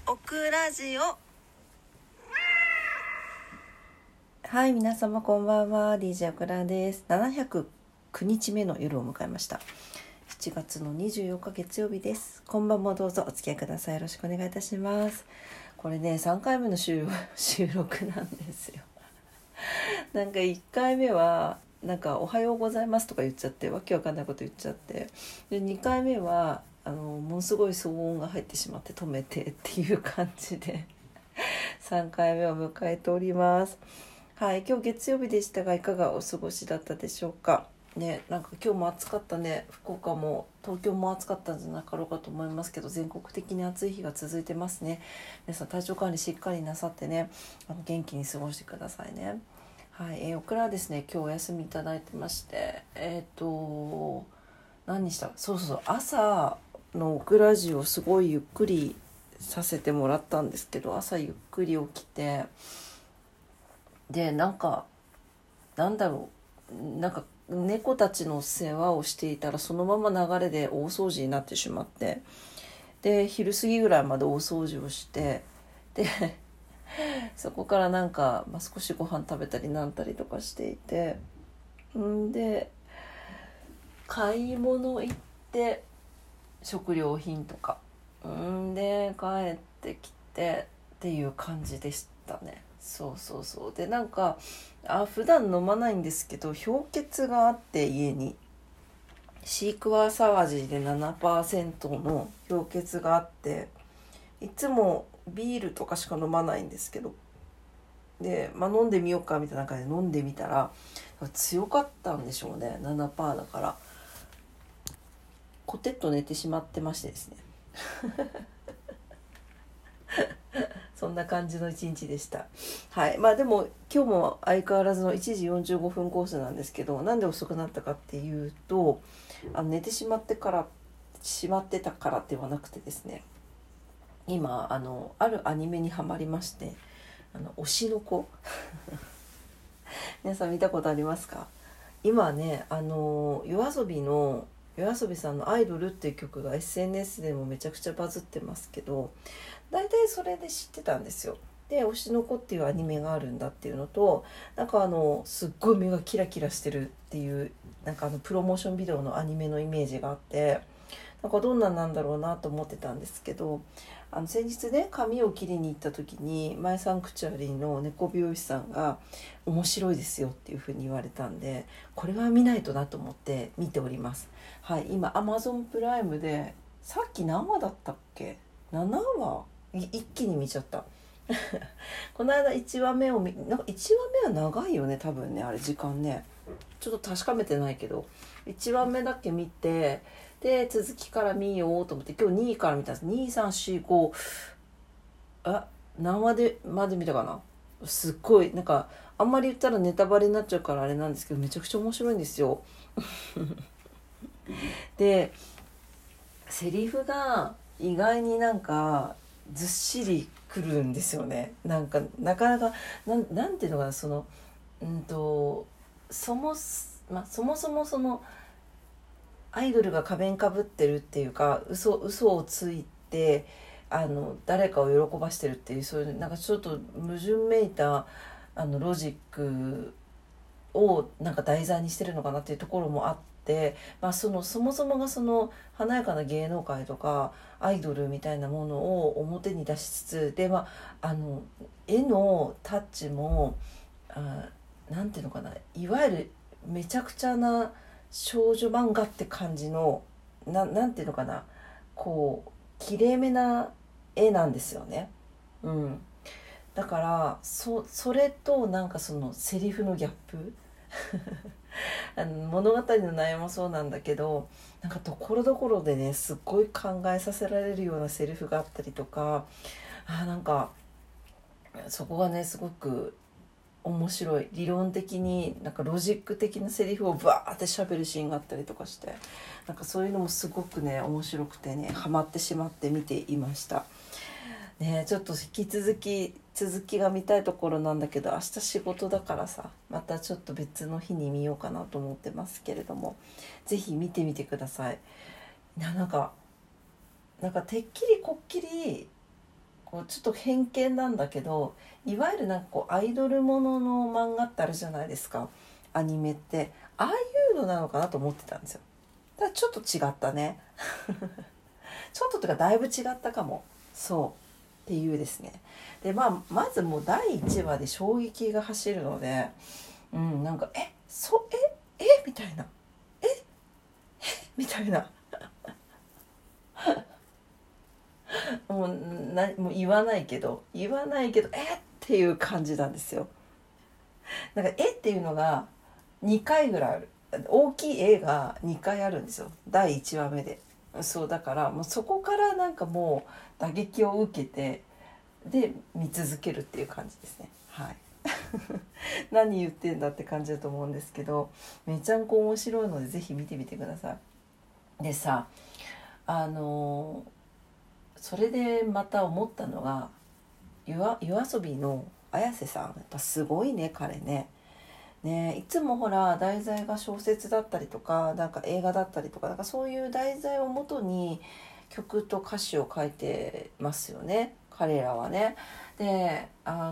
オクラジオ。 はい、皆様こんばんは。 DJ オクラです。709日目の夜を迎えました。7月の24日月曜日です。今晩もどうぞお付き合いください。よろしくお願いいたします。これね、3回目の収録なんですよ。なんか1回目はおはようございますとか言っちゃって、わけわかんないこと言っちゃって、で2回目はものすごい騒音が入ってしまって止めてっていう感じで3回目を迎えております。はい、今日月曜日でしたがいかがお過ごしだったでしょうかね。なんか今日も暑かったね。福岡も東京も暑かったんじゃなかろうかと思いますけど、全国的に暑い日が続いてますね。皆さん体調管理しっかりなさってね、元気に過ごしてくださいね。はい、オクラはですね、今日お休みいただいてまして、何したそう朝のオクラジオすごいゆっくりさせてもらったんですけど、朝ゆっくり起きて、でなんだろう、猫たちの世話をしていたらそのまま流れで大掃除になってしまって、で昼過ぎぐらいまで大掃除をして、でそこから少しご飯食べたりなんたりとかしていて、で買い物行って食料品とかで帰ってきてっていう感じでしたね。そうで普段飲まないんですけど、氷結があって、家にシークワーサー味で 7% の氷結があって、いつもビールとかしか飲まないんですけど、で、飲んでみようかみたいな感じで飲んでみたら強かったんでしょうね。 7% だからコテッと寝てしまってましてですねそんな感じの一日でした。はい。でも今日も相変わらずの1時45分コースなんですけど、なんで遅くなったかっていうと、寝てしまってたからではなくてですね、今あるアニメにハマりまして、推しの子皆さん見たことありますか？今ね、夜遊びさんのアイドルっていう曲が SNS でもめちゃくちゃバズってますけど、大体それで知ってたんですよ。で、推しの子っていうアニメがあるんだっていうのと、すっごい目がキラキラしてるっていう、プロモーションビデオのアニメのイメージがあって、どんなんだろうなと思ってたんですけど、先日ね、髪を切りに行った時にマイサンクチュアリーの猫美容師さんが面白いですよっていうふうに言われたんで、これは見ないとなと思って見ております。はい、今 Amazon プライムで、さっき何話だったっけ、7話一気に見ちゃったこの間1話目を1話目は長いよね、多分ね、あれ時間ね、ちょっと確かめてないけど1話目だけ見て、で続きから見ようと思って今日2位から見たんです。2345、何話まで見たかな。すっごいあんまり言ったらネタバレになっちゃうからあれなんですけど、めちゃくちゃ面白いんですよでセリフが意外にずっしりくるんですよね。なかなかなんていうのかな、そもそもそのアイドルが仮面かぶってるっていうか、嘘をついて誰かを喜ばしてるっていう、そういうちょっと矛盾めいたロジックを題材にしてるのかなっていうところもあって、そもそもがその華やかな芸能界とかアイドルみたいなものを表に出しつつで、絵のタッチもなんていうのかな、いわゆるめちゃくちゃな少女漫画って感じのなんていうのかな、綺麗めな絵なんですよね。だからそれとそのセリフのギャップ物語の内容もそうなんだけど、ところどころでね、すっごい考えさせられるようなセリフがあったりとか、そこがねすごく面白い。理論的にロジック的なセリフをバーって喋るシーンがあったりとかして、そういうのもすごくね面白くてね、ハマってしまって見ていましたね。ちょっと引き続きが見たいところなんだけど、明日仕事だからさ、またちょっと別の日に見ようかなと思ってますけれども、ぜひ見てみてください。てっきりこっきりこうちょっと偏見なんだけど、いわゆるなんかこうアイドルものの漫画ってあるじゃないですか、アニメって。ああいうのなのかなと思ってたんですよ。ただちょっと違ったねちょっとというかだいぶ違ったかも。そうっていうですね。でまずもう第1話で衝撃が走るので、なんかみたいな、みたいなもう言わないけどっていう感じなんですよ。なんかっていうのが2回ぐらいある。大きい絵が2回あるんですよ、第1話目で。そうだからもうそこからなんかもう打撃を受けて、で見続けるっていう感じですね。はい何言ってんだって感じだと思うんですけど、めちゃんこ面白いのでぜひ見てみてください。でさ、それでまた思ったのが、夜遊びの綾瀬さん、やっぱすごいね彼ね。いつもほら題材が小説だったりとか、なんか映画だったりとか、なんかそういう題材をもとに曲と歌詞を書いてますよね、彼らはね。で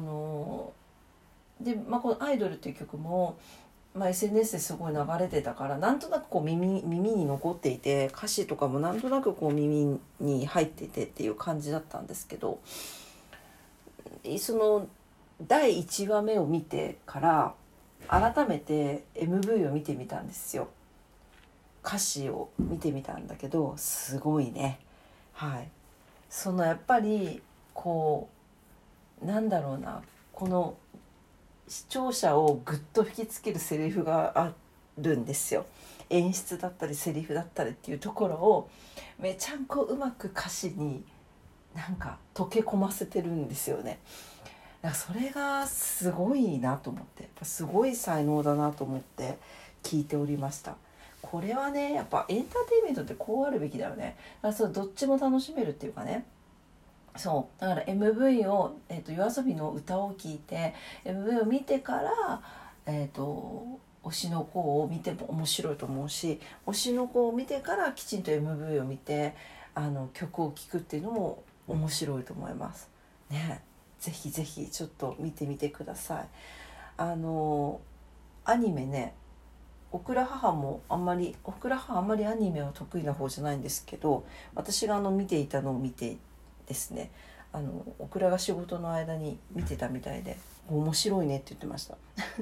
この「アイドル」っていう曲も、SNS ですごい流れてたから、なんとなくこう耳に残っていて、歌詞とかもなんとなくこう耳に入っていてっていう感じだったんですけど、その第1話目を見てから改めて MV を見てみたんですよ。歌詞を見てみたんだけど、すごいね。はい。そのやっぱりこうなんだろうな、この視聴者をぐっと引きつけるセリフがあるんですよ。演出だったりセリフだったりっていうところをめちゃんこうまく歌詞になんか溶け込ませてるんですよね。だからそれがすごいなと思って、やっぱすごい才能だなと思って聞いておりました。これはねやっぱエンターテインメントってこうあるべきだよね。だからそうどっちも楽しめるっていうかね。そうだから MV を、夜遊びの歌を聴いて MV を見てから、推しの子を見ても面白いと思うし、推しの子を見てからきちんと MV を見て曲を聴くっていうのも面白いと思いますね。ぜひぜひちょっと見てみてください。アニメね、オクラ母あんまりアニメは得意な方じゃないんですけど、私が見ていたのを見てですね、オクラが仕事の間に見てたみたいで面白いねって言ってました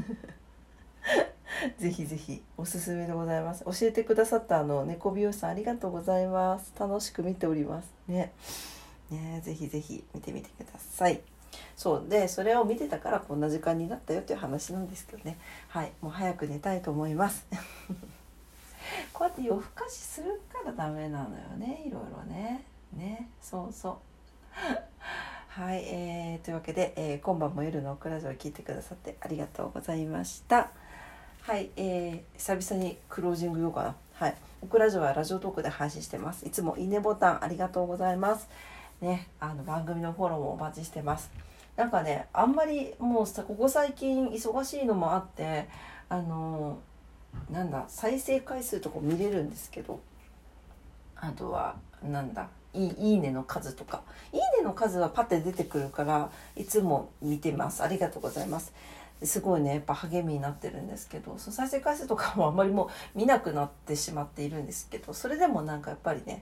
ぜひぜひおすすめでございます。教えてくださった猫美容師さんありがとうございます。楽しく見ておりますね。ぜひぜひ見てみてください。そうでそれを見てたからこんな時間になったよという話なんですけどね。はい、もう早く寝たいと思いますこうやって夜更かしするからダメなのよね、いろいろね。そうはい、というわけで、今晩も夜のオクラジオを聞いてくださってありがとうございました。はい、久々にクロージング言おうかな。はい、オクラジオはラジオトークで配信してます。いつもいいねボタンありがとうございますね。番組のフォローもお待ちしてます。なんかね、あんまりもうここ最近忙しいのもあって再生回数とか見れるんですけど、あとはいいねの数とか、いいねの数はパッて出てくるからいつも見てます。ありがとうございます。すごいねやっぱ励みになってるんですけど、再生回数とかもあんまりもう見なくなってしまっているんですけど、それでもなんかやっぱりね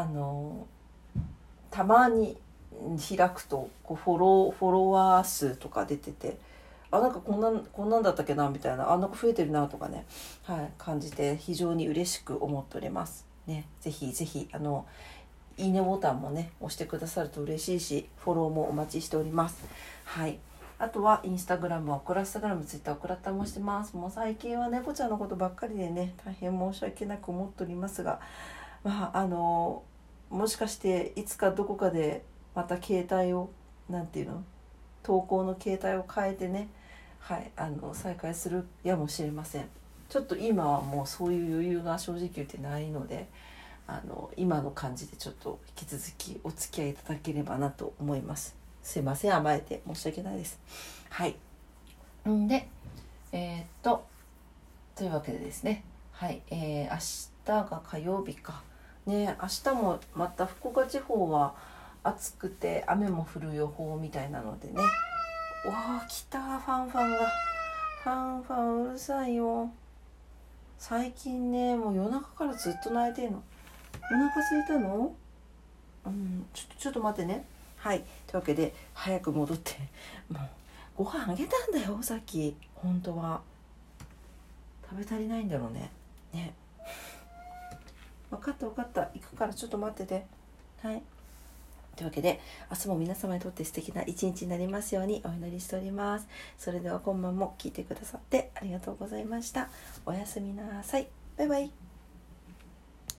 たまに開くとこうフォロワー数とか出てて、なんかこんなんだったっけなみたいな、なんか増えてるなとかね、感じて非常に嬉しく思っておりますね。ぜひぜひいいねボタンもね押してくださると嬉しいし、フォローもお待ちしております。はい。あとはインスタグラムはオクラスタグラム、ツイッターオクラッタもしてます。もう最近は猫ちゃんのことばっかりでね大変申し訳なく思っておりますが、もしかしていつかどこかでまた携帯を投稿の携帯を変えてね、再開するやもしれません。ちょっと今はもうそういう余裕が正直言ってないので、今の感じでちょっと引き続きお付き合いいただければなと思います。すいません、甘えて申し訳ないです。はい。でというわけでですね、はい、明日が火曜日かね。明日もまた福岡地方は暑くて雨も降る予報みたいなのでね。わあ来た、ファンファンが、ファンファンうるさいよ。最近ねもう夜中からずっと泣いてんの。お腹空いたの？ちょっと待ってね。はい、というわけで早く戻って、もうご飯あげたんだよさっき。本当は食べ足りないんだろうね。ね、分かった行くからちょっと待ってて。はい、というわけで明日も皆様にとって素敵な一日になりますようにお祈りしております。それでは今晩も聞いてくださってありがとうございました。おやすみなさい。バイバイ。